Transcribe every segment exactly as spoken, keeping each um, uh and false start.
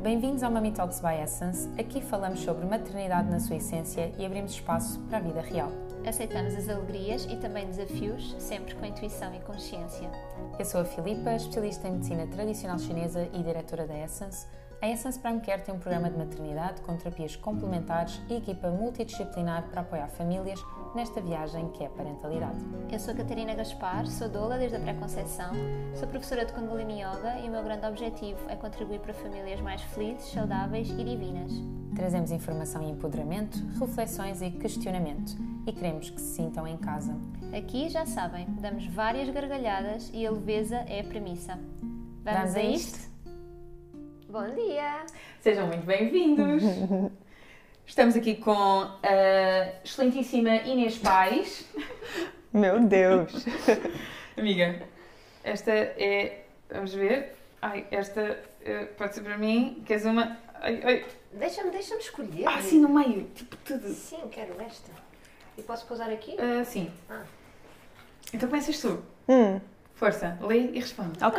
Bem-vindos ao Mummy Talks by Essence. Aqui falamos sobre maternidade na sua essência e abrimos espaço para a vida real. Aceitamos as alegrias e também desafios, sempre com intuição e consciência. Eu sou a Filipa, especialista em medicina tradicional chinesa e diretora da Essence. A Essence Prime Care tem um programa de maternidade com terapias complementares e equipa multidisciplinar para apoiar famílias nesta viagem que é a parentalidade. Eu sou a Catarina Gaspar, sou doula desde a pré-conceição, sou professora de Kundalini Yoga e o meu grande objetivo é contribuir para famílias mais felizes, saudáveis e divinas. Trazemos informação e empoderamento, reflexões e questionamento e queremos que se sintam em casa. Aqui, já sabem, damos várias gargalhadas e a leveza é a premissa. Vamos, Vamos a a isto? isto? Bom dia! Sejam muito bem-vindos! Estamos aqui com a excelentíssima Inês Pais. Meu Deus! Amiga, esta é... Vamos ver. Ai, esta eh, pode ser para mim. Queres uma? Ai, ai. Deixa-me deixa escolher. Ah, sim, no meio. Tipo, tudo. Sim, quero esta. E posso pousar aqui? Ah, sim. Ah. Então começas tu. Hum, Força, lê e responde. ok.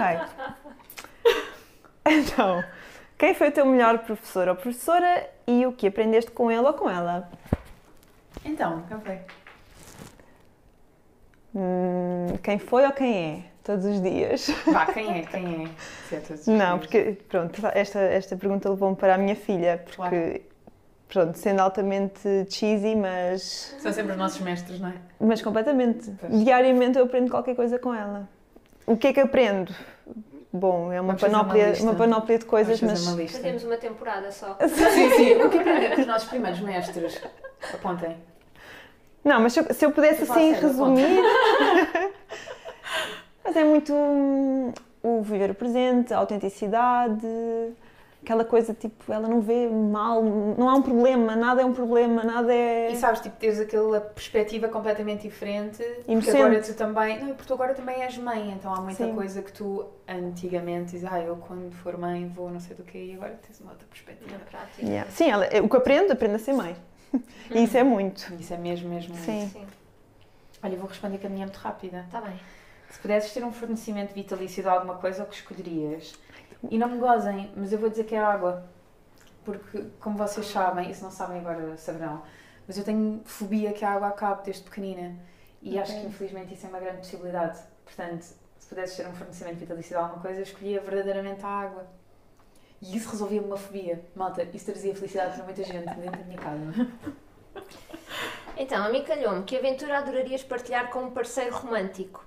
Então, quem foi o teu melhor professor ou professora e o que aprendeste com ele ou com ela? Então, quem foi? Hum, quem foi ou quem é? Todos os dias. Vá, quem é? Quem é? Se é todos os Não, dias. porque, pronto, esta, esta pergunta levou-me para a minha filha, porque, Claro. pronto, sendo altamente cheesy, mas, São sempre os nossos mestres, não é? mas completamente. Pois. Diariamente eu aprendo qualquer coisa com ela. O que é que aprendo? Bom, é uma Vamos fazer uma panóplia, lista. uma panóplia de coisas, Vamos fazer mas... uma lista. Fazemos uma temporada só. Sim, sim. O que aprender com os nossos primeiros mestres? Apontem. Não, mas se eu, se eu pudesse Eu falo assim sério, resumir... Mas é muito hum, o viver o presente, a autenticidade, aquela coisa tipo, ela não vê mal, não há um problema, nada é um problema, nada é... E sabes, tipo, teres aquela perspectiva completamente diferente, porque Inocente. agora tu também... Não, porque tu agora também és mãe, então há muita Sim. coisa que tu antigamente dizes, ah, eu quando for mãe vou não sei do quê, e agora tens uma outra perspectiva. Na prática. Yeah. Sim, ela, o que aprendo, aprendo a ser mãe. E isso é muito. Isso é mesmo, mesmo. Sim. muito. Sim, Olha, eu vou responder que a minha é muito rápida. está bem. Se pudesses ter um fornecimento vitalício de alguma coisa, o que escolherias? E não me gozem, mas eu vou dizer que é água. Porque, como vocês sabem, e se não sabem agora saberão, mas eu tenho fobia que a água acabe desde pequenina. E acho que infelizmente isso é uma grande possibilidade. Portanto, se pudesses ter um fornecimento vitalício de alguma coisa, eu escolhia verdadeiramente a água. E isso resolvia uma fobia. Malta, isso trazia felicidade para muita gente dentro da minha casa. Então, a mim calhou-me, que aventura adorarias partilhar com um parceiro romântico?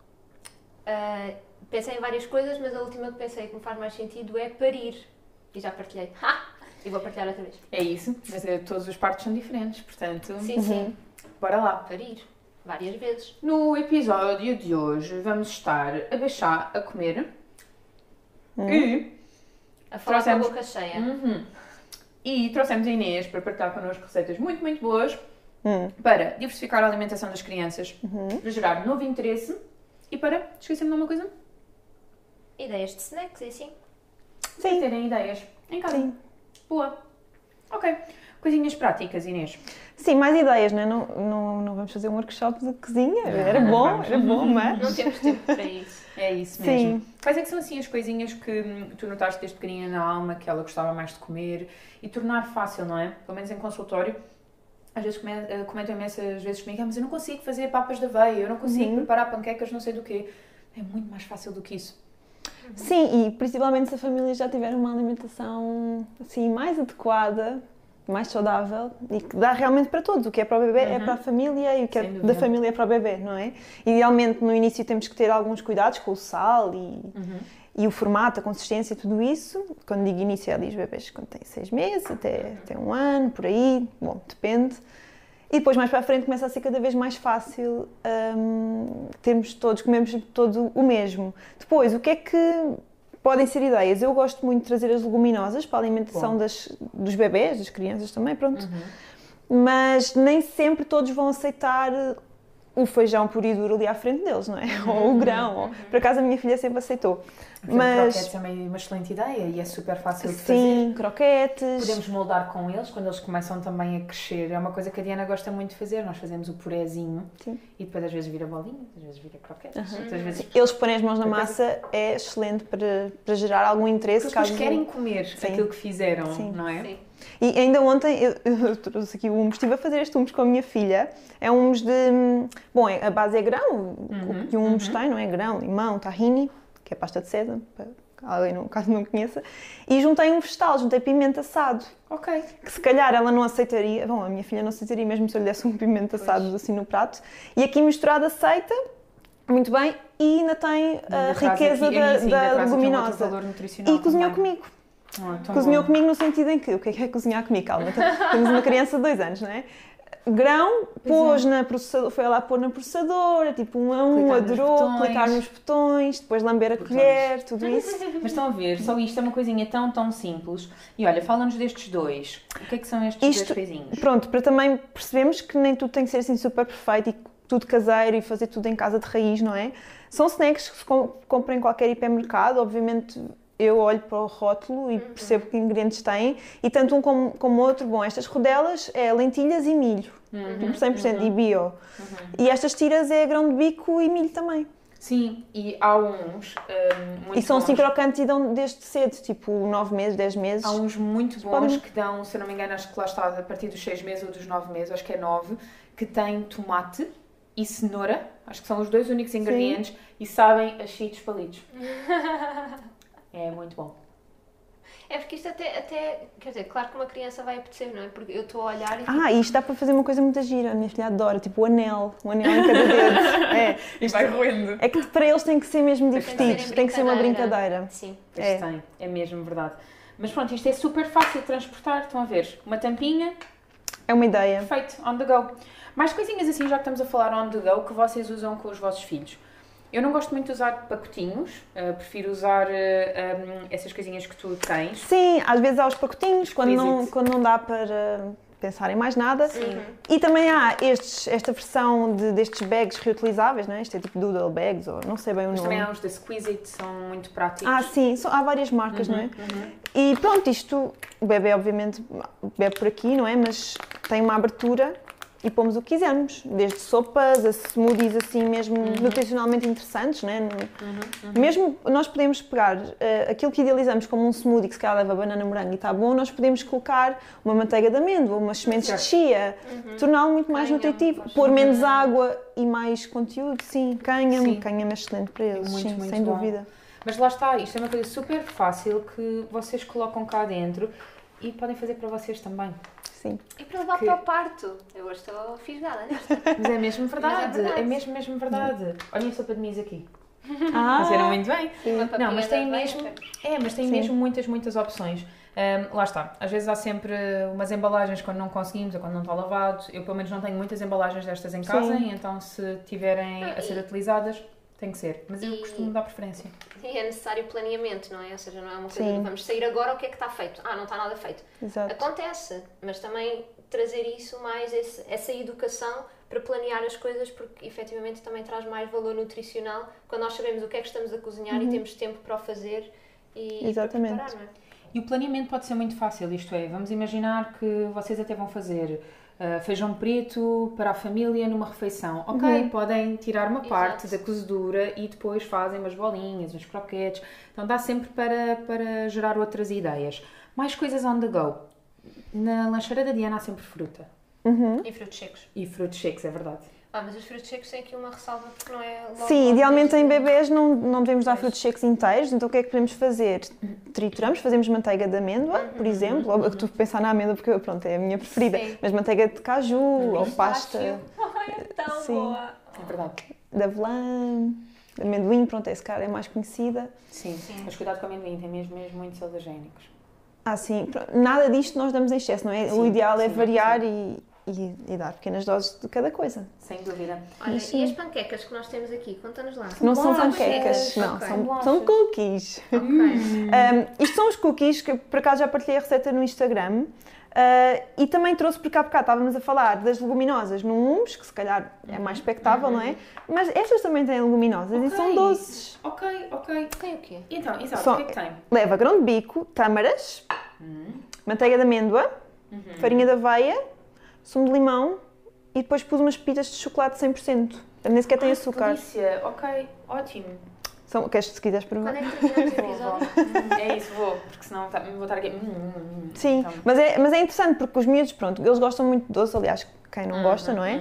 Ah, pensei em várias coisas, mas a última que pensei que me faz mais sentido é parir. E já partilhei. Ha! E vou partilhar outra vez. É isso, mas é, todos os partos são diferentes, portanto, Sim, sim. bora lá. Parir. Várias vezes. No episódio de hoje vamos estar a deixar a comer e, A falar com a Trouxemos- boca cheia. Uhum. e trouxemos a Inês para partilhar connosco receitas muito, muito boas Hum. para diversificar a alimentação das crianças, para gerar novo interesse e para, esqueci-me de uma coisa, Ideias de snacks e assim. para Sim, terem ideias em casa. sim. Boa. Ok. Coisinhas práticas, Inês. Sim, mais ideias, né? não, não, não vamos fazer um workshop de cozinha, era Não, bom, vamos. era bom, mas... Não temos tempo para isso. É isso Sim. mesmo. Quais é que são assim as coisinhas que hum, tu notaste desde pequenina na alma, que ela gostava mais de comer e tornar fácil, não é? Pelo menos em consultório, às vezes come- eh, comentam imensas vezes comigo, ah, mas eu não consigo fazer papas de aveia, eu não consigo Uhum. preparar panquecas não sei do quê. É muito mais fácil do que isso. Sim, e principalmente se a família já tiver uma alimentação assim mais adequada, mais saudável e que dá realmente para todos. O que é para o bebê é para a família e o que é Sem da dúvida. família é para o bebê, não é? Idealmente no início temos que ter alguns cuidados com o sal e, e o formato, a consistência, tudo isso. Quando digo início é ali os bebês quando têm seis meses, até, até um ano, por aí, bom, depende. E depois mais para a frente começa a ser cada vez mais fácil hum, termos todos, comemos todo o mesmo. Depois, o que é que podem ser ideias? Eu gosto muito de trazer as leguminosas para a alimentação Bom. das, dos bebés, das crianças também, pronto. Mas nem sempre todos vão aceitar o feijão puro e duro ali à frente deles, não é? Ou o grão, ou... por acaso a minha filha sempre aceitou. Mas Mas croquetes é meio uma excelente ideia e é super fácil de sim, fazer. croquetes. Podemos moldar com eles quando eles começam também a crescer. É uma coisa que a Diana gosta muito de fazer. Nós fazemos o purezinho Sim. e depois às vezes vira bolinhas, às vezes vira croquetes, Uhum. outras vezes... Eles porem as mãos na massa é excelente para, para gerar algum interesse. Porque eles caso... querem comer Sim. aquilo que fizeram, Sim. não é? Sim. E ainda ontem eu, eu trouxe aqui o hummus, estive a fazer este hummus com a minha filha. É um hummus de... Bom, a base é grão, Uhum, o que um hummus uhum. tem, não é? Grão, limão, tahini, que é pasta de sésamo, para alguém não, caso não conheça. E juntei um vegetal, juntei pimento assado. Ok. Que se calhar ela não aceitaria, bom, a minha filha não aceitaria mesmo se eu lhe desse um pimento assado assim no prato. E aqui misturado aceita, muito bem, e ainda tem a Ainda traz riqueza aqui- da, é isso, ainda da traz aqui um outro leguminosa. valor nutricional E cozinhou também. comigo. Ah, tão Cozinhou bom. comigo no sentido em que, o que é que é cozinhar comigo? Calma, temos uma criança de dois anos, não é? Grão, pôs na processadora, foi lá pôr na processadora, tipo um a um, Clicar nos adorou, botões. clicar nos botões, depois lamber a Botões. colher, tudo isso. Mas estão a ver, só isto é uma coisinha tão, tão simples. E olha, fala-nos destes dois. O que é que são estes Isto- dois coisinhos? Pronto, para também percebermos que nem tudo tem que ser assim super perfeito e tudo caseiro e fazer tudo em casa de raiz, não é? São snacks que se com- compram em qualquer hipermercado, obviamente eu olho para o rótulo e percebo que ingredientes têm e tanto um como, como o outro, bom, estas rodelas é lentilhas e milho, tipo cem por cento e bio. E estas tiras é grão de bico e milho também. Sim, e há uns hum, muito E são assim bons. crocantes e dão desde cedo, tipo nove meses, dez meses. Há uns muito bons podem- que dão, se eu não me engano, acho que lá está a partir dos seis meses ou dos nove meses, acho que é nove, que têm tomate e cenoura, acho que são os dois únicos ingredientes, e sabem a cheetos palitos. É muito bom. É porque isto até, até, quer dizer, claro que uma criança vai apetecer, não é? Porque eu estou a olhar e Ah, e isto dá para fazer uma coisa muito gira, a minha filha adora, tipo o anel, o anel em cada dedo. É, E vai roendo. é que para eles tem que ser mesmo Tem que ser divertidos, em tem que ser uma brincadeira. brincadeira. Sim. Pois É. tem, é mesmo verdade. Mas pronto, isto é super fácil de transportar, estão a ver? Uma tampinha, É uma ideia. perfeito, on the go. Mais coisinhas assim, já que estamos a falar on the go, que vocês usam com os vossos filhos. Eu não gosto muito de usar pacotinhos, uh, prefiro usar uh, um, essas coisinhas que tu tens. Sim, às vezes há os pacotinhos, quando não, Squeeze-it. quando não dá para pensar em mais nada. Sim. E também há estes, esta versão de, destes bags reutilizáveis, não é? Isto é tipo doodle bags, ou não sei bem o Mas também nome. há os da Squeeze-It, são muito práticos. Ah, sim, são- há várias marcas, não é? Uhum. E pronto, isto, o bebê obviamente bebe por aqui, não é? Mas tem uma abertura e pomos o que quisermos, desde sopas a smoothies assim mesmo nutricionalmente interessantes, não é? Mesmo nós podemos pegar eh, aquilo que idealizamos como um smoothie que se calhar leva banana morango e está bom, nós podemos colocar uma manteiga de amêndoa, umas sementes de chia, torná-lo muito mais Cânhamo, nutritivo, faz pôr sentido. menos água e mais conteúdo, sim, cânhamo, Sim. cânhamo é excelente para eles, muito, sim, muito sem bom. dúvida. Mas lá está, isto é uma coisa super fácil que vocês colocam cá dentro e podem fazer para vocês também. Sim. E para levar Que- para o parto. Eu hoje estou fisgada nesta. Mas é mesmo verdade, Mas é verdade. é mesmo, mesmo verdade. Olhem a sopa de mis aqui. Ah, Funcionam muito bem. Uma Não, papinha mas tem da mesmo, Vespa. é, mas tem Sim. mesmo muitas, muitas opções. Ahm, lá está, às vezes há sempre umas embalagens quando não conseguimos ou quando não está lavado. Eu pelo menos não tenho muitas embalagens destas em casa, Sim. e então se tiverem a ser E- utilizadas, tem que ser. Mas eu E- costumo dar preferência. E é necessário planeamento, não é? Ou seja, não é uma coisa Sim. de vamos sair agora, o que é que está feito? Ah, não está nada feito. exato. Acontece, mas também trazer isso mais, esse- essa educação para planear as coisas, porque efetivamente também traz mais valor nutricional quando nós sabemos o que é que estamos a cozinhar e temos tempo para o fazer e, e Exatamente. para preparar, não é? E o planeamento pode ser muito fácil, isto é, vamos imaginar que vocês até vão fazer ah, feijão preto para a família numa refeição. Ok, Uhum. podem tirar uma parte Exato. da cozedura e depois fazem umas bolinhas, uns croquetes. Então dá sempre para, para gerar outras ideias. Mais coisas on the go. Na lancheira da Diana há sempre fruta. Uhum. E frutos secos. E frutos secos, é verdade. Ah, mas os frutos secos têm aqui uma ressalva porque não é logo Sim, logo idealmente em desde- bebês não, não devemos dar Pois. frutos secos inteiros, então o que é que podemos fazer? Trituramos, fazemos manteiga de amêndoa, por exemplo, ou eu estou a pensar na amêndoa porque pronto, é a minha preferida, Sim. mas manteiga de caju ou pasta Ai, é tão Sim. boa. É verdade. de avelã, de amendoim, pronto, essa cara é mais conhecida. Sim. Sim. Mas cuidado com o amendoim, tem mesmo, mesmo muitos alergénicos. Ah, sim, pronto, nada disto nós damos em excesso, não é? o Sim, ideal é sim, variar sim. e, e, e dar pequenas doses de cada coisa. Sem dúvida. Olha, Sim. e as panquecas que nós temos aqui? Conta-nos lá. Não são bolachas. panquecas, não, Ok. são, Bolachas. são cookies. Ok. Um, isto são os cookies que por acaso já partilhei a receita no Instagram. Uh, e também trouxe, porque há bocado estávamos a falar das leguminosas num humus, que se calhar é mais expectável, Uhum. não é? Mas estas também têm leguminosas Ok. e são doces. Ok, ok. Tem o quê? Então, exato, Só- o que é que tem? Leva grão de bico, tâmaras, Hum. manteiga de amêndoa, Uhum. farinha de aveia, sumo de limão e depois pus umas pepitas de chocolate cem por cento. Nem sequer tem Ai, açúcar. Que delícia, ok, ótimo. São, queres, se quiseres provar? Quando é que terminamos o Vou, episódio? vou. É isso, vou, porque senão tá- vou estar aqui. hum, hum, hum. Sim, Então, mas é, mas é interessante porque os miúdos, pronto, eles gostam muito de doce, aliás, quem não gosta, não é?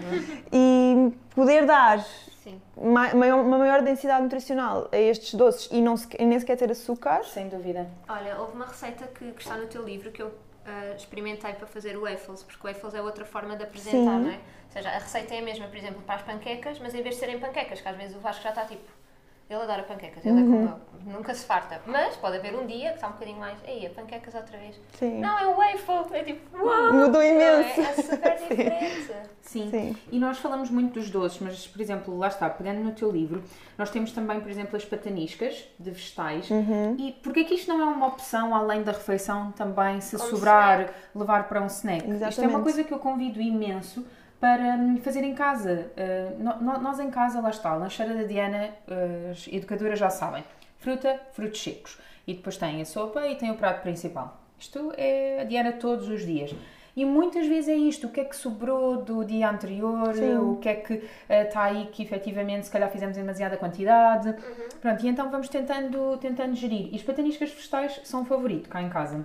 E poder dar Sim. ma- maior- uma maior densidade nutricional a estes doces e, não se, e nem sequer ter açúcar. sem dúvida. Olha, houve uma receita que, que está no teu livro que eu ah, experimentei para fazer o waffles, porque o waffles é outra forma de apresentar, Sim. não é? Ou seja, a receita é a mesma, por exemplo, para as panquecas, mas em vez de serem panquecas, que às vezes o Vasco já está tipo, ele adora panquecas, ele é como eu, nunca se farta. Mas pode haver um dia que está um bocadinho mais, aí, panquecas outra vez. Sim. Não, é o waffle, é tipo, uau! Mudou não é? imenso. É super diferente. Sim. Sim. E nós falamos muito dos doces, mas, por exemplo, lá está, pegando no teu livro, nós temos também, por exemplo, as pataniscas de vegetais. Uhum. E porquê que isto não é uma opção, além da refeição, também, se Como sobrar, snack. levar para um snack? Isto é Exatamente. uma coisa que eu convido imenso para hum, fazer em casa. Uh, no- no- nós em casa, lá está, a lancheira da Diana, uh, as educadoras já sabem, fruta, frutos secos. E depois tem a sopa e tem o prato principal. Isto é a Diana todos os dias. E muitas vezes é isto, o que é que sobrou do dia anterior, Sim. o que é que uh, está aí que efetivamente se calhar fizemos em demasiada quantidade. Pronto, e então vamos tentando, tentando gerir. E os pataniscas vegetais são o favorito cá em casa.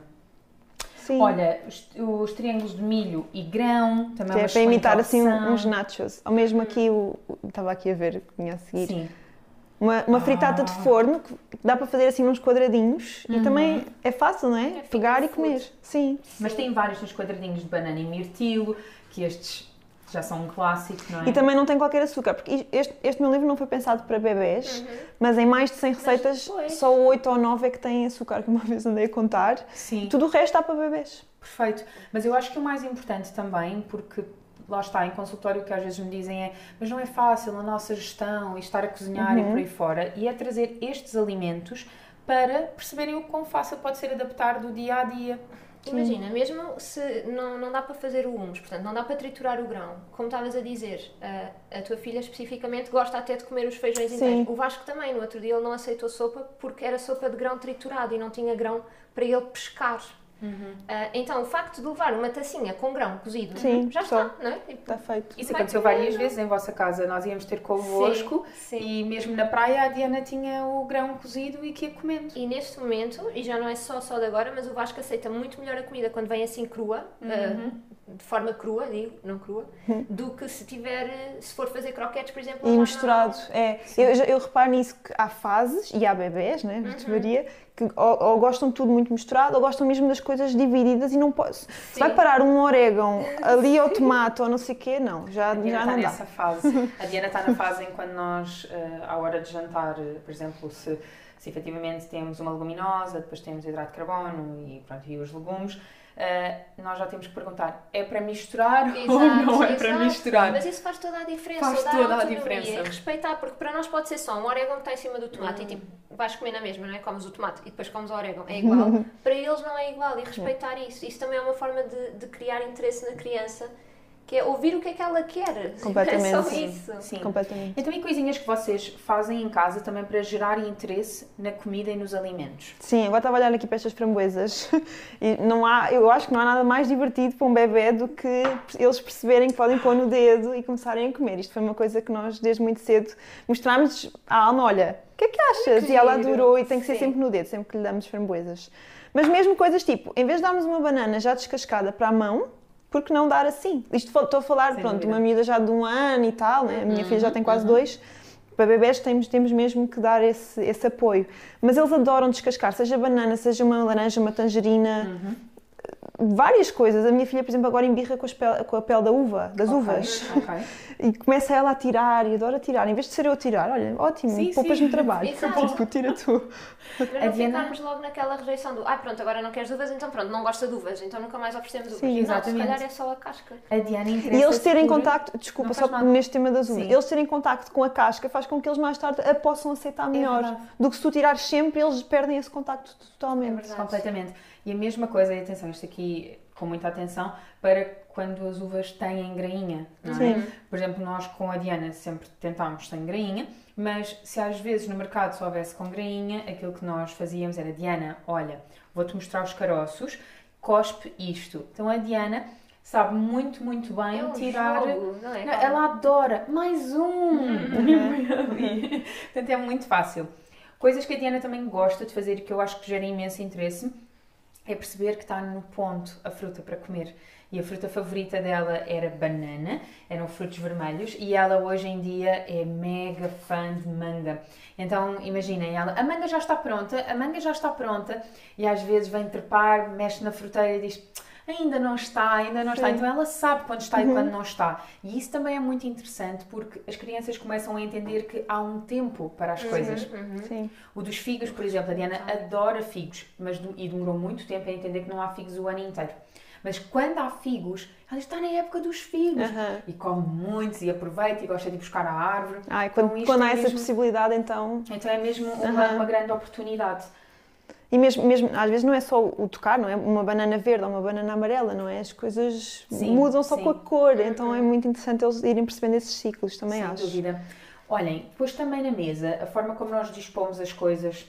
Sim. Olha, os, os triângulos de milho e grão, também Que é é uma para imitar assim opção. uns nachos. Ou mesmo aqui, o, o- estava aqui a ver, que vinha a seguir. Sim, Uma, uma fritada de Ah. forno que dá para fazer assim uns quadradinhos e também é fácil, não é? finger Pegar e food. comer. Sim. mas tem vários nos quadradinhos de banana e mirtilo, que estes já são um clássico, não é? E também não tem qualquer açúcar, porque este, este meu livro não foi pensado para bebés, mas em mais de cem receitas, pois. só oito ou nove é que têm açúcar, que uma vez andei a contar. Sim, Tudo o resto está para bebés. perfeito. Mas eu acho que o mais importante também, porque lá está, em consultório o que às vezes me dizem é mas não é fácil a nossa gestão e estar a cozinhar e por aí fora, e é trazer estes alimentos para perceberem o quão fácil pode ser adaptar do dia a dia. Imagina, mesmo se não, não dá para fazer o hummus, portanto, não dá para triturar o grão, como estavas a dizer, a, a tua filha especificamente gosta até de comer os feijões Sim. inteiros. O Vasco também, no outro dia ele não aceitou sopa porque era sopa de grão triturado e não tinha grão para ele pescar. Ah, então, o facto de levar uma tacinha com grão cozido, Sim, já só. está, não é? Tipo, Está feito. Isso Vai aconteceu comendo. várias vezes em vossa casa. Nós íamos ter convosco sim. e mesmo na praia a Diana tinha o grão cozido e que ia comendo. E neste momento, e já não é só só de agora, mas o Vasco aceita muito melhor a comida quando vem assim crua, ah, de forma crua, digo, não crua, do que se tiver, se for fazer croquetes, por exemplo, E lá misturado, é. Eu, já- eu reparo nisso que há fases, e há bebés, né? Isto varia, que ou, ou gostam de tudo muito misturado, ou gostam mesmo das coisas divididas e não posso. Se vai parar um orégano ali ao tomate ou não sei o quê, não, já, A Diana já está não dá. nessa fase. A Diana está na fase em quando nós, eh, à hora de jantar, eh, por exemplo, se, se efetivamente temos uma leguminosa, depois temos hidrato de carbono e, pronto, e os legumes, eh, nós já temos que perguntar, é para misturar ou não é para exato. misturar? Mas isso faz toda a diferença. Faz dar toda a autonomia, diferença. respeitar, porque para nós pode ser só um orégano que está em cima do tomate e tipo, vais comer na mesma, não é? Comes o tomate e depois comes o orégano, é igual. Para eles não é igual e respeitar isso. Isso também é uma forma de, de criar interesse na criança, que é ouvir o que é que ela quer. Completamente. É só Sim, isso. sim. Completamente. Então, e coisinhas que vocês fazem em casa também para gerar interesse na comida e nos alimentos? Sim, agora estava a olhar aqui para estas framboesas e não há, eu acho que não há nada mais divertido para um bebê do que eles perceberem que podem pôr no dedo e começarem a comer. Isto foi uma coisa que nós, desde muito cedo, mostrámos à Alma, olha, o que é que achas? Que E ela giro. adorou e tem que ser Sim. sempre no dedo, sempre que lhe damos framboesas. Mas mesmo coisas tipo, em vez de darmos uma banana já descascada para a mão, por que não dar assim? Isto fal- estou a falar, Sem pronto, dúvida. uma miúda já de um ano e tal, né? A minha filha já tem quase dois. Para bebés temos, temos mesmo que dar esse, esse apoio. Mas eles adoram descascar, seja banana, seja uma laranja, uma tangerina, várias coisas. A minha filha, por exemplo, agora embirra com, as pel- com a pele da uva, das Ok, uvas. ok. E começa ela a tirar e adora tirar. Em vez de ser eu a tirar, olha, ótimo, Sim, poupas-me sim. trabalho. Exato. Tipo, tira tu. Para A não Diana- ficarmos logo naquela rejeição do ai pronto, agora não queres uvas, então pronto, não gosta de uvas, então nunca mais oferecemos uvas. Sim, não, exatamente. se calhar é só a casca. A Diana E interessa eles terem contacto, desculpa, Não só faz nada. neste tema das uvas, Sim. eles terem contacto com a casca faz com que eles mais tarde a possam aceitar melhor. verdade. do que se tu tirares sempre, eles perdem esse contacto É totalmente. verdade. Completamente. E a mesma coisa, e atenção, isto aqui aqui com muita atenção para quando as uvas têm grainha, não é? Sim. Por exemplo, nós com a Diana sempre tentámos sem grainha, mas se às vezes no mercado só houvesse com grainha, aquilo que nós fazíamos era: Diana, olha, vou-te mostrar os caroços, cospe isto. Então a Diana sabe muito, muito bem É um tirar... jogo, não é? Não, ela adora. Mais um! Portanto, é muito fácil. Coisas que a Diana também gosta de fazer e que eu acho que gera imenso interesse é perceber que está no ponto a fruta para comer. E a fruta favorita dela era banana, eram frutos vermelhos, e ela hoje em dia é mega fã de manga. Então, imaginem, ela, a manga já está pronta, a manga já está pronta, e às vezes vem trepar, mexe na fruteira e diz: ainda não está, ainda não está. Sim. Então ela sabe quando está Uhum. e quando não está. E isso também é muito interessante porque as crianças começam a entender que há um tempo para as coisas. Uhum. Sim. O dos figos, por exemplo, a Diana adora figos, mas do- e demorou muito tempo a entender que não há figos o ano inteiro. Mas quando há figos, ela está na época dos figos. Aham. E come muitos e aproveita e gosta de ir buscar à árvore. Ai, quando, Então, isto quando há é essa mesmo- possibilidade, então. Então é mesmo uma, Aham. uma grande oportunidade. E mesmo, mesmo, às vezes não é só o tocar, não é? Uma banana verde ou uma banana amarela, não é? As coisas Sim, mudam só sim. com a cor, então é muito interessante eles irem percebendo esses ciclos, também Sem acho. dúvida. Olhem, depois também na mesa, a forma como nós dispomos as coisas,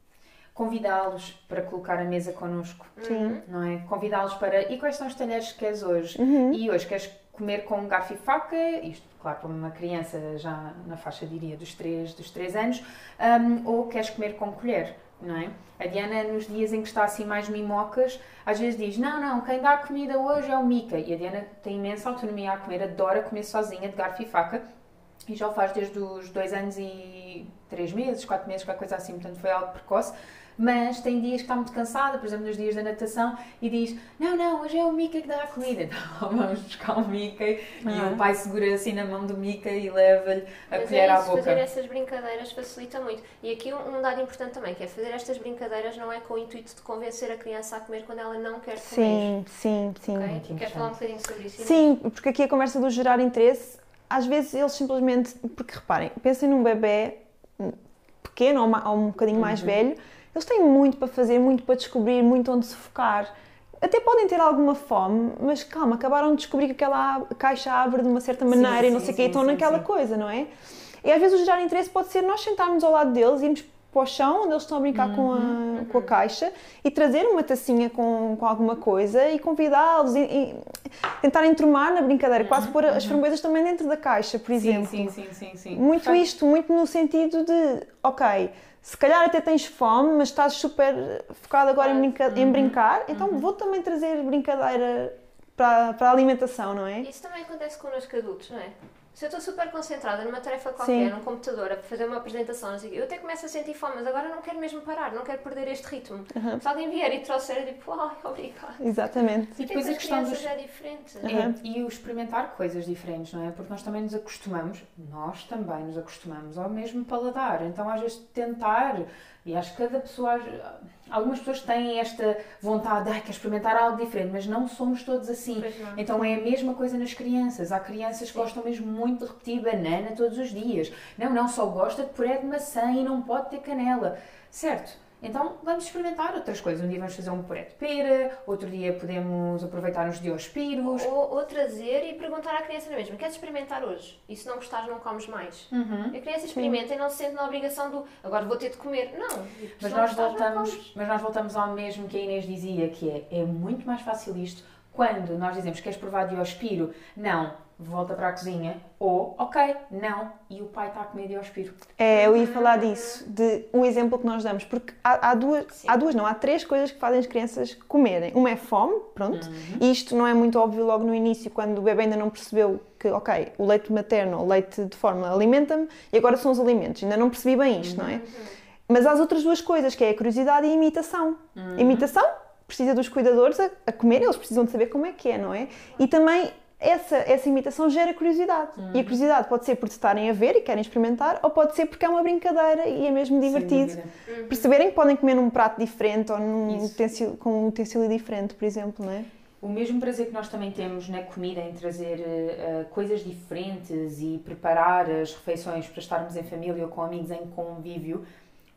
convidá-los para colocar a mesa connosco, Sim. não é? Convidá-los para... E quais são os talheres que queres hoje? Uhum. E hoje queres comer com garfo e faca? Isto, claro, para uma criança já na faixa, diria, dos três, dos três anos. Hum, ou queres comer com colher, não é? A Diana, nos dias em que está assim mais mimocas, às vezes diz: não, não, quem dá a comida hoje é o Mica. E a Diana tem imensa autonomia a comer, adora comer sozinha, de garfo e faca. E já o faz desde os dois anos e três meses, quatro meses, qualquer coisa assim, portanto foi algo precoce. Mas tem dias que está muito cansada, por exemplo, nos dias da natação, e diz: não, não, hoje é o Mica que dá a comida. Então vamos buscar o Mica e Ah. o pai segura assim na mão do Mica e leva-lhe a Mas colher é à isso, boca. fazer essas brincadeiras facilita muito. E aqui um, um dado importante também, que é fazer estas brincadeiras não é com o intuito de convencer a criança a comer quando ela não quer comer. Sim, sim, sim. Ok? Muito Quer falar um interessante. bocadinho sobre isso? Inês? Sim, porque aqui a conversa do gerar interesse, às vezes eles simplesmente, porque reparem, pensem num bebê pequeno ou, ma- ou um bocadinho mais velho, eles têm muito para fazer, muito para descobrir, muito onde se focar. Até podem ter alguma fome, mas calma, acabaram de descobrir que aquela a- caixa abre de uma certa maneira Sim, e não sim, sei o quê, sim, estão sim, naquela sim. coisa, não é? E às vezes o gerar interesse pode ser nós sentarmos ao lado deles, irmos para o chão, onde eles estão a brincar com, a, com a caixa, e trazer uma tacinha com, com alguma coisa e convidá-los, e, e tentar enturmar na brincadeira, quase pôr as framboesas também dentro da caixa, por exemplo. Sim, sim, sim, sim, sim. Muito Portanto, isto, muito no sentido de, ok, se calhar até tens fome, mas estás super focado agora em, brinca- em brincar, então vou também trazer brincadeira para, para a alimentação, não é? Isso também acontece connosco adultos, não é? Se eu estou super concentrada numa tarefa qualquer, Sim. num computador, a fazer uma apresentação, não sei o quê, eu até começo a sentir fome, mas agora não quero mesmo parar, não quero perder este ritmo. Se alguém vier e trouxer, eu digo: ai, obrigada. Exatamente. E depois a As questão dos... crianças é diferente. É, e o experimentar coisas diferentes, não é? Porque nós também nos acostumamos, nós também nos acostumamos ao mesmo paladar. Então, às vezes, tentar, e acho que cada pessoa, algumas pessoas têm esta vontade de, ai, quer experimentar algo diferente, mas não somos todos assim. Pois não. Então, é a mesma coisa nas crianças. Há crianças que gostam mesmo muito de repetir banana todos os dias. Não, não, só gosta de puré de maçã e não pode ter canela. Certo? Então, vamos experimentar outras coisas. Um dia vamos fazer um puré de pera, outro dia podemos aproveitar os diospiros. Ou, ou trazer e perguntar à criança na mesma: queres experimentar hoje? E se não gostares, não comes mais. Uhum. A criança experimenta e não se sente na obrigação do agora vou ter de comer. Não. Se Mas não nós, gostares, não voltamos, comes. mas nós voltamos ao mesmo que a Inês dizia, que é, é muito mais fácil isto quando nós dizemos: queres provar diospiro? Não, volta para a cozinha. Ou, ok, não, e o pai está a comer diospiro. É, eu ia falar disso, de o exemplo que nós damos, porque há, há duas, há duas, não, há três coisas que fazem as crianças comerem. Uma é fome, pronto, e isto não é muito óbvio logo no início, quando o bebê ainda não percebeu que, ok, o leite materno, o leite de forma alimenta-me, e agora são os alimentos, ainda não percebi bem isto, não é? Mas há as outras duas coisas, que é a curiosidade e a imitação. A imitação precisa dos cuidadores a, a comer, eles precisam de saber como é que é, não é? E também essa, essa imitação gera curiosidade. E a curiosidade pode ser por estarem a ver e querem experimentar, ou pode ser porque é uma brincadeira e é mesmo divertido. dúvida. Perceberem que podem comer num prato diferente ou num Isso. utensílio, com um utensílio diferente, por exemplo, não é? O mesmo prazer que nós também temos na comida em trazer uh, coisas diferentes e preparar as refeições para estarmos em família ou com amigos em convívio,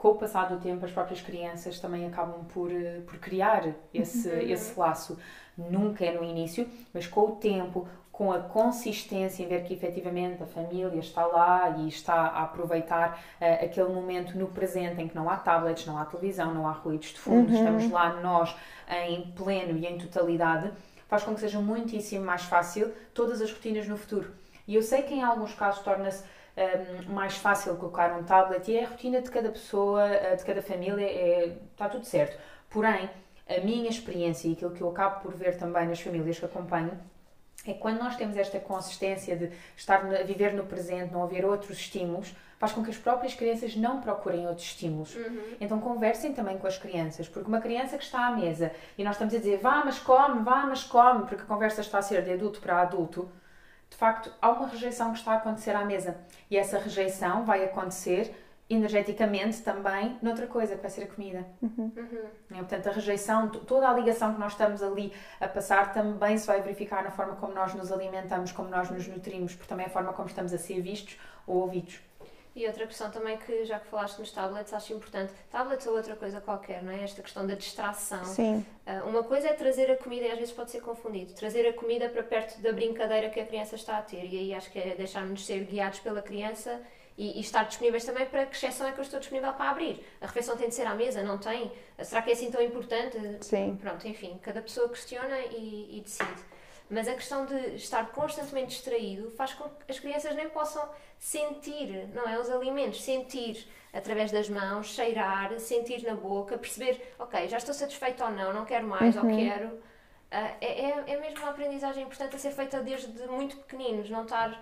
com o passar do tempo, as próprias crianças também acabam por, por criar esse, uhum. esse laço. Nunca é no início, mas com o tempo, com a consistência em ver que efetivamente a família está lá e está a aproveitar uh, aquele momento no presente em que não há tablets, não há televisão, não há ruídos de fundo, uhum. estamos lá nós em pleno e em totalidade, faz com que seja muitíssimo mais fácil todas as rotinas no futuro. E eu sei que em alguns casos torna-se um, mais fácil colocar um tablet e é a rotina de cada pessoa, de cada família, é, está tudo certo. Porém, a minha experiência e aquilo que eu acabo por ver também nas famílias que acompanho é que quando nós temos esta consistência de estar a viver no presente, não haver outros estímulos, faz com que as próprias crianças não procurem outros estímulos. Uhum. Então conversem também com as crianças, porque uma criança que está à mesa e nós estamos a dizer vá, mas come, vá, mas come, porque a conversa está a ser de adulto para adulto, de facto há uma rejeição que está a acontecer à mesa. E essa rejeição vai acontecer energeticamente também noutra coisa, que vai ser a comida. Uhum. Uhum. É, portanto, a rejeição, toda a ligação que nós estamos ali a passar também se vai verificar na forma como nós nos alimentamos, como nós nos nutrimos, porque também é a forma como estamos a ser vistos ou ouvidos. E outra questão também que, já que falaste nos tablets, acho importante, tablets ou outra coisa qualquer, não é? Esta questão da distração. Sim. Uh, uma coisa é trazer a comida, e às vezes pode ser confundido, trazer a comida para perto da brincadeira que a criança está a ter, e aí acho que é deixarmos ser guiados pela criança e, e estar disponíveis também para que exceção é que eu estou disponível para abrir. A refeição tem de ser à mesa, não tem? Será que é assim tão importante? Sim. Pronto, enfim, cada pessoa questiona e, e decide. Mas a questão de estar constantemente distraído faz com que as crianças nem possam sentir, não é, os alimentos, sentir através das mãos, cheirar, sentir na boca, perceber, ok, já estou satisfeito ou não, não quero mais, uhum. ou quero. Uh, é, é mesmo uma aprendizagem importante a ser feita desde muito pequeninos, não estar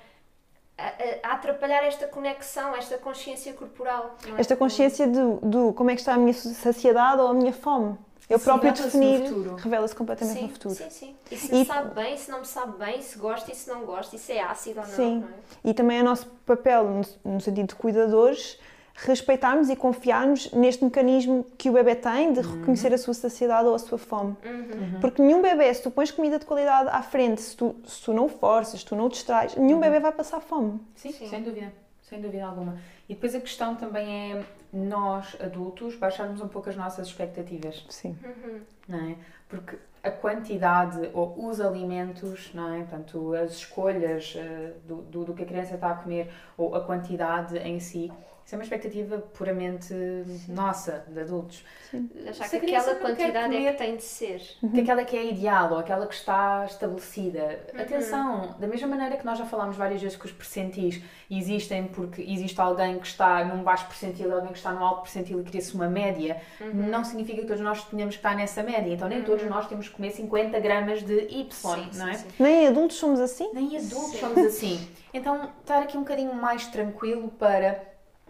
a, a atrapalhar esta conexão, esta consciência corporal. Não é? Esta consciência do, do como é que está a minha saciedade ou a minha fome. Eu sim, próprio definir revela-se completamente sim, no futuro. Sim, sim. E se e, sabe bem, se não me sabe bem, se gosta e se não gosta, e se é ácido ou não. Sim. Não é? E também é nosso papel, no, no sentido de cuidadores, respeitarmos e confiarmos neste mecanismo que o bebê tem de uhum. reconhecer a sua saciedade ou a sua fome. Uhum. Porque nenhum bebê, se tu pões comida de qualidade à frente, se tu, se tu não o forças, se tu não o distrais, nenhum uhum. bebê vai passar fome. Sim, sim, sem dúvida. Sem dúvida alguma. E depois a questão também é nós, adultos, baixarmos um pouco as nossas expectativas. Sim. Uhum. Não é? Porque a quantidade ou os alimentos, não é? Portanto, as escolhas uh, do, do, do que a criança está a comer ou a quantidade em si, isso é uma expectativa puramente Sim. nossa, de adultos. Sim. Achar que aquela quantidade comer, é que tem de ser. Que aquela que é ideal ou aquela que está estabelecida. Uhum. Atenção, da mesma maneira que nós já falámos várias vezes que os percentis existem porque existe alguém que está num baixo percentil e alguém que está num alto percentil e cria-se uma média, uhum. não significa que todos nós tenhamos que estar nessa média. Então nem uhum. todos nós temos que comer cinquenta gramas de Y, sim, não é? Sim, sim. Nem adultos somos assim? Nem adultos sim. somos assim. Então estar aqui um bocadinho mais tranquilo para...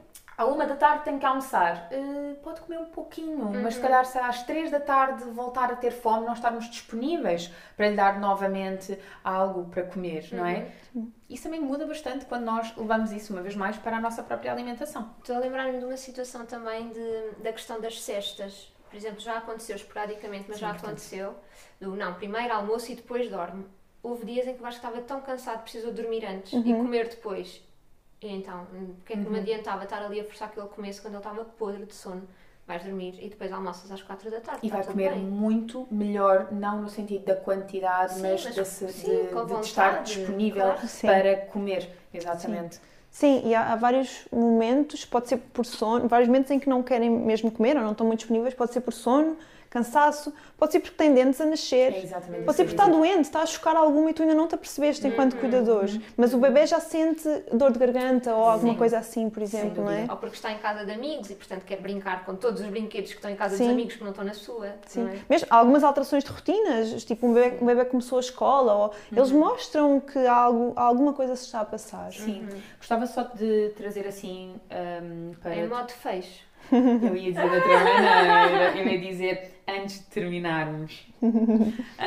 À uma da tarde tenho que almoçar. Uh, pode comer um pouquinho, uhum. mas se calhar se às três da tarde voltar a ter fome, não estarmos disponíveis para lhe dar novamente algo para comer, uhum. não é? Isso também muda bastante quando nós levamos isso uma vez mais para a nossa própria alimentação. Estou a lembrar-me de uma situação também de, da questão das cestas. Por exemplo, já aconteceu esporadicamente, mas Sim, já aconteceu. Do, não, primeiro almoço e depois dorme. Houve dias em que eu acho que estava tão cansado, precisou dormir antes uhum. e comer depois. E então, porque é que uhum. me adiantava estar ali a forçar que ele comesse quando ele estava podre de sono? Vais dormir e depois almoças às quatro da tarde. E vai comer bem. Muito melhor, não no sentido da quantidade, sim, mas, mas desse, sim, de, de, vontade, de estar disponível claro. Para comer. Exatamente. Sim. Sim, e há, há vários momentos, pode ser por sono, vários momentos em que não querem mesmo comer ou não estão muito disponíveis, pode ser por sono, cansaço, pode ser porque tem dentes a nascer, é exatamente pode ser porque está doente, está a chocar alguma e tu ainda não te apercebeste enquanto uhum. cuidadores, mas o bebê já sente dor de garganta ou alguma Sim. coisa assim, por exemplo, não é? Ou porque está em casa de amigos e, portanto, quer brincar com todos os brinquedos que estão em casa Sim. dos amigos que não estão na sua. Sim. Não é? Mesmo algumas alterações de rotinas, tipo um bebê, um bebê começou a escola, ou uhum. eles mostram que algo, alguma coisa se está a passar. Sim. Uhum. Gostava só de trazer assim um, para... Em modo fecho. Eu ia dizer de outra maneira, eu ia dizer antes de terminarmos. Um,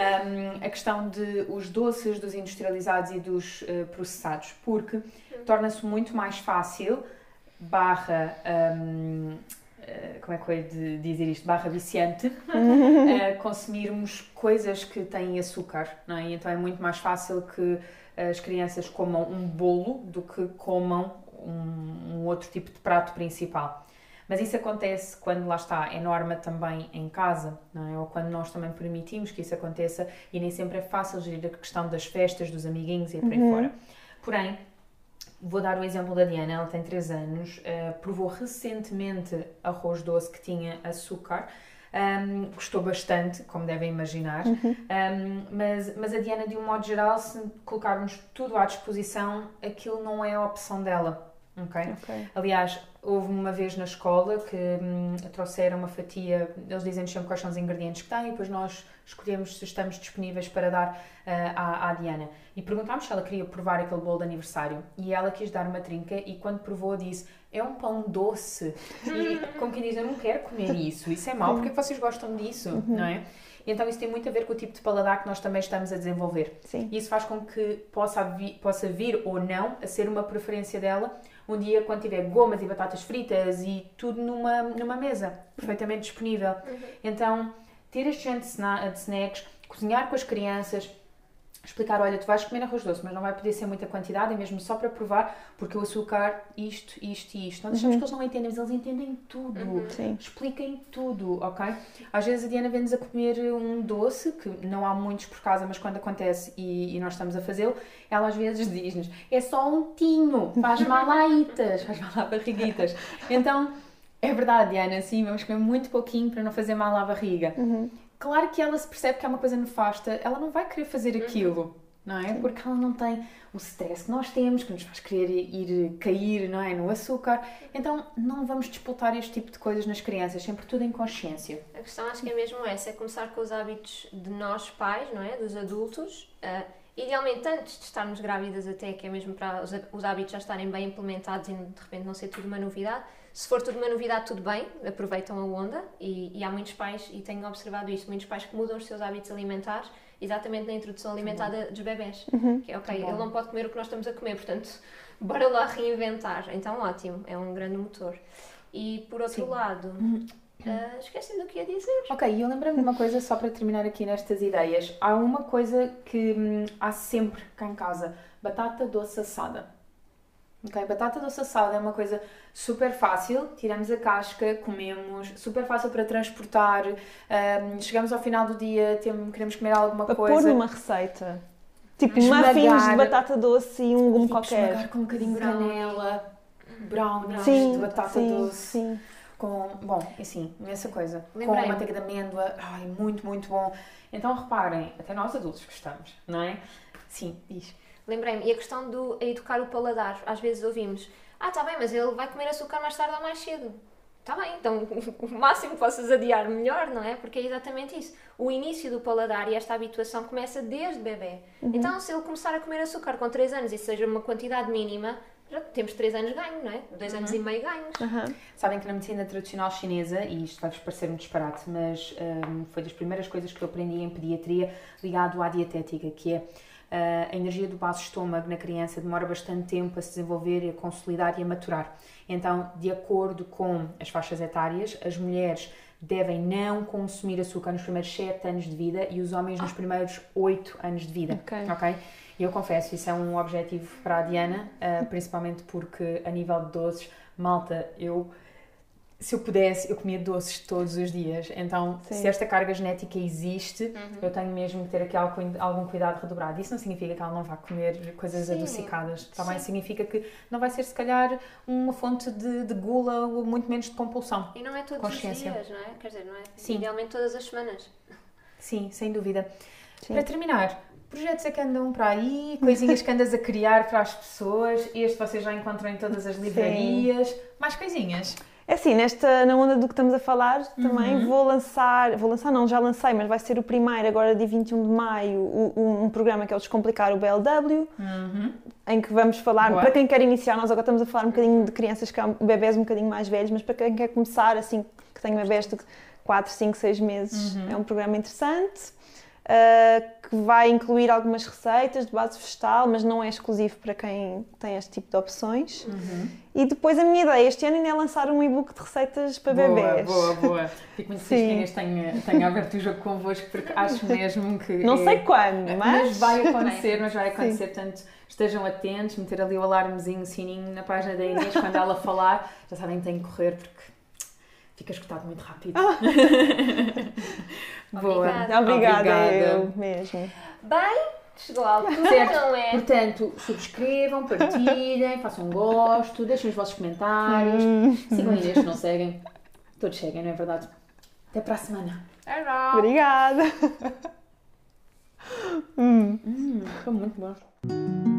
a questão de os doces, dos industrializados e dos uh, processados, porque torna-se muito mais fácil, barra, um, uh, como é que eu ia de dizer isto, barra viciante, uh, consumirmos coisas que têm açúcar, não é? Então é muito mais fácil que as crianças comam um bolo do que comam um, um outro tipo de prato principal. Mas isso acontece quando, lá está, é norma também em casa, não é? Ou quando nós também permitimos que isso aconteça e nem sempre é fácil gerir a questão das festas, dos amiguinhos e por aí fora. Porém, vou dar o exemplo da Diana, ela tem três anos, uh, provou recentemente arroz doce que tinha açúcar, um, gostou bastante, como devem imaginar, uhum. um, mas, mas a Diana, de um modo geral, se colocarmos tudo à disposição, aquilo não é a opção dela. Okay? Okay. Aliás, houve uma vez na escola que hum, trouxeram uma fatia, eles dizem-nos sempre quais são os ingredientes que têm e depois nós escolhemos se estamos disponíveis para dar uh, à, à Diana. E perguntámos se ela queria provar aquele bolo de aniversário e ela quis dar uma trinca e quando provou disse, é um pão doce. E como quem diz, eu não quero comer isso, isso é mau, porque é que vocês gostam disso, uhum. não é? E então isso tem muito a ver com o tipo de paladar que nós também estamos a desenvolver. Sim. E isso faz com que possa vir, possa vir ou não a ser uma preferência dela um dia quando tiver gomas e batatas fritas e tudo numa, numa mesa, perfeitamente disponível. Uhum. Então, ter este género de, sna- de snacks, cozinhar com as crianças, explicar, olha, tu vais comer arroz doce, mas não vai poder ser muita quantidade, é mesmo só para provar, porque o açúcar, isto, isto e isto. Nós achamos uhum. que eles não entendem, mas eles entendem tudo. Uhum. Expliquem tudo, ok? Às vezes a Diana vem-nos a comer um doce, que não há muitos por casa, mas quando acontece e, e nós estamos a fazê-lo, ela às vezes diz-nos, é só um tinho, faz mal a itas, faz mal a barriguitas. Então, é verdade, Diana, sim, vamos comer muito pouquinho para não fazer mal à barriga. Uhum. Claro que ela se percebe que é uma coisa nefasta, ela não vai querer fazer aquilo, não é? Sim. Porque ela não tem o stress que nós temos, que nos faz querer ir cair, não é? No açúcar. Então, não vamos disputar este tipo de coisas nas crianças, sempre tudo em consciência. A questão acho que é mesmo essa, é começar com os hábitos de nós pais, não é? Dos adultos. Uh, idealmente antes de estarmos grávidas até, que é mesmo para os, os hábitos já estarem bem implementados e de repente não ser tudo uma novidade. Se for tudo uma novidade, tudo bem, aproveitam a onda e, e há muitos pais, e tenho observado isso, muitos pais que mudam os seus hábitos alimentares exatamente na introdução alimentar de, dos bebés. Uhum. Que é, ok, ele não pode comer o que nós estamos a comer, portanto, bora lá reinventar. Então, ótimo, é um grande motor. E, por outro Sim. lado, uh, esqueci do que ia dizer. Ok, e eu lembrei-me de uma coisa, só para terminar aqui nestas ideias. Há uma coisa que hum, há sempre cá em casa, batata doce assada. Ok, batata doce assada é uma coisa super fácil, tiramos a casca, comemos, super fácil para transportar, um, chegamos ao final do dia, temos, queremos comer alguma para coisa. Para pôr numa receita, tipo muffins de batata doce e um legume qualquer. Esmagar com um bocadinho de canela, brownies sim, de batata sim, doce. Sim. Com, bom, assim, imensa coisa. Lembrei. Com manteiga de amêndoa, ai, muito, muito bom. Então reparem, até nós adultos gostamos, não é? Sim, diz. Lembrei-me, e a questão do educar o paladar, às vezes ouvimos, ah, está bem, mas ele vai comer açúcar mais tarde ou mais cedo. Está bem, então o máximo que possas adiar, melhor, não é? Porque é exatamente isso. O início do paladar e esta habituação começa desde bebê. Uhum. Então, se ele começar a comer açúcar com três anos e seja uma quantidade mínima, já temos três anos ganho, não é? dois uhum. anos e meio ganhos. Uhum. Sabem que na medicina tradicional chinesa, e isto vai-vos parecer um disparate, mas um, foi das primeiras coisas que eu aprendi em pediatria ligado à dietética, que é Uh, a energia do baço-estômago na criança demora bastante tempo a se desenvolver e a consolidar e a maturar. Então, de acordo com as faixas etárias, as mulheres devem não consumir açúcar nos primeiros sete anos de vida e os homens nos primeiros oito anos de vida. Ok. Okay? E eu confesso, isso é um objetivo para a Diana, uh, principalmente porque a nível de doces, malta, eu... Se eu pudesse, eu comia doces todos os dias. Então, Sim. se esta carga genética existe, uhum. eu tenho mesmo que ter aqui algum cuidado redobrado. Isso não significa que ela não vá comer coisas Sim. adocicadas. Também Sim. significa que não vai ser, se calhar, uma fonte de, de gula ou muito menos de compulsão. E não é todos os dias, não é? Quer dizer, não é? Sim. Idealmente todas as semanas. Sim, sem dúvida. Sim. Para terminar, projetos é que andam para aí, coisinhas que andas a criar para as pessoas. Este vocês já encontram em todas as livrarias. Sim. Mais coisinhas. É assim, nesta, na onda do que estamos a falar, também uhum. vou lançar, vou lançar não, já lancei, mas vai ser o primeiro, agora dia vinte e um de maio, um, um programa que é o Descomplicar o B L W, uhum. em que vamos falar, Boa. para quem quer iniciar, nós agora estamos a falar um bocadinho de crianças, que há bebés um bocadinho mais velhos, mas para quem quer começar, assim, que tem bebés de quatro, cinco, seis meses, uhum. é um programa interessante. Uh, que vai incluir algumas receitas de base vegetal, mas não é exclusivo para quem tem este tipo de opções. Uhum. E depois a minha ideia este ano ainda é lançar um e-book de receitas para boa, bebés. Boa, boa. Fico muito feliz que tenha, tenha aberto o jogo convosco, porque acho mesmo que... Não é... sei quando, mas... Mas vai acontecer, mas vai acontecer, Sim. portanto estejam atentos, meter ali o alarmezinho, o sininho na página da Inês, quando ela falar, já sabem que têm que correr, porque Fica escutado muito rápido. Boa. Obrigada. Obrigada, eu mesmo. Bem, chegou a altura, Certo. não é? Portanto, subscrevam, partilhem, façam um gosto, deixem os vossos comentários, sigam a Inês se não seguem. Todos seguem, não é verdade? Até para a semana. Tchau. Obrigada. Hum, foi muito bom.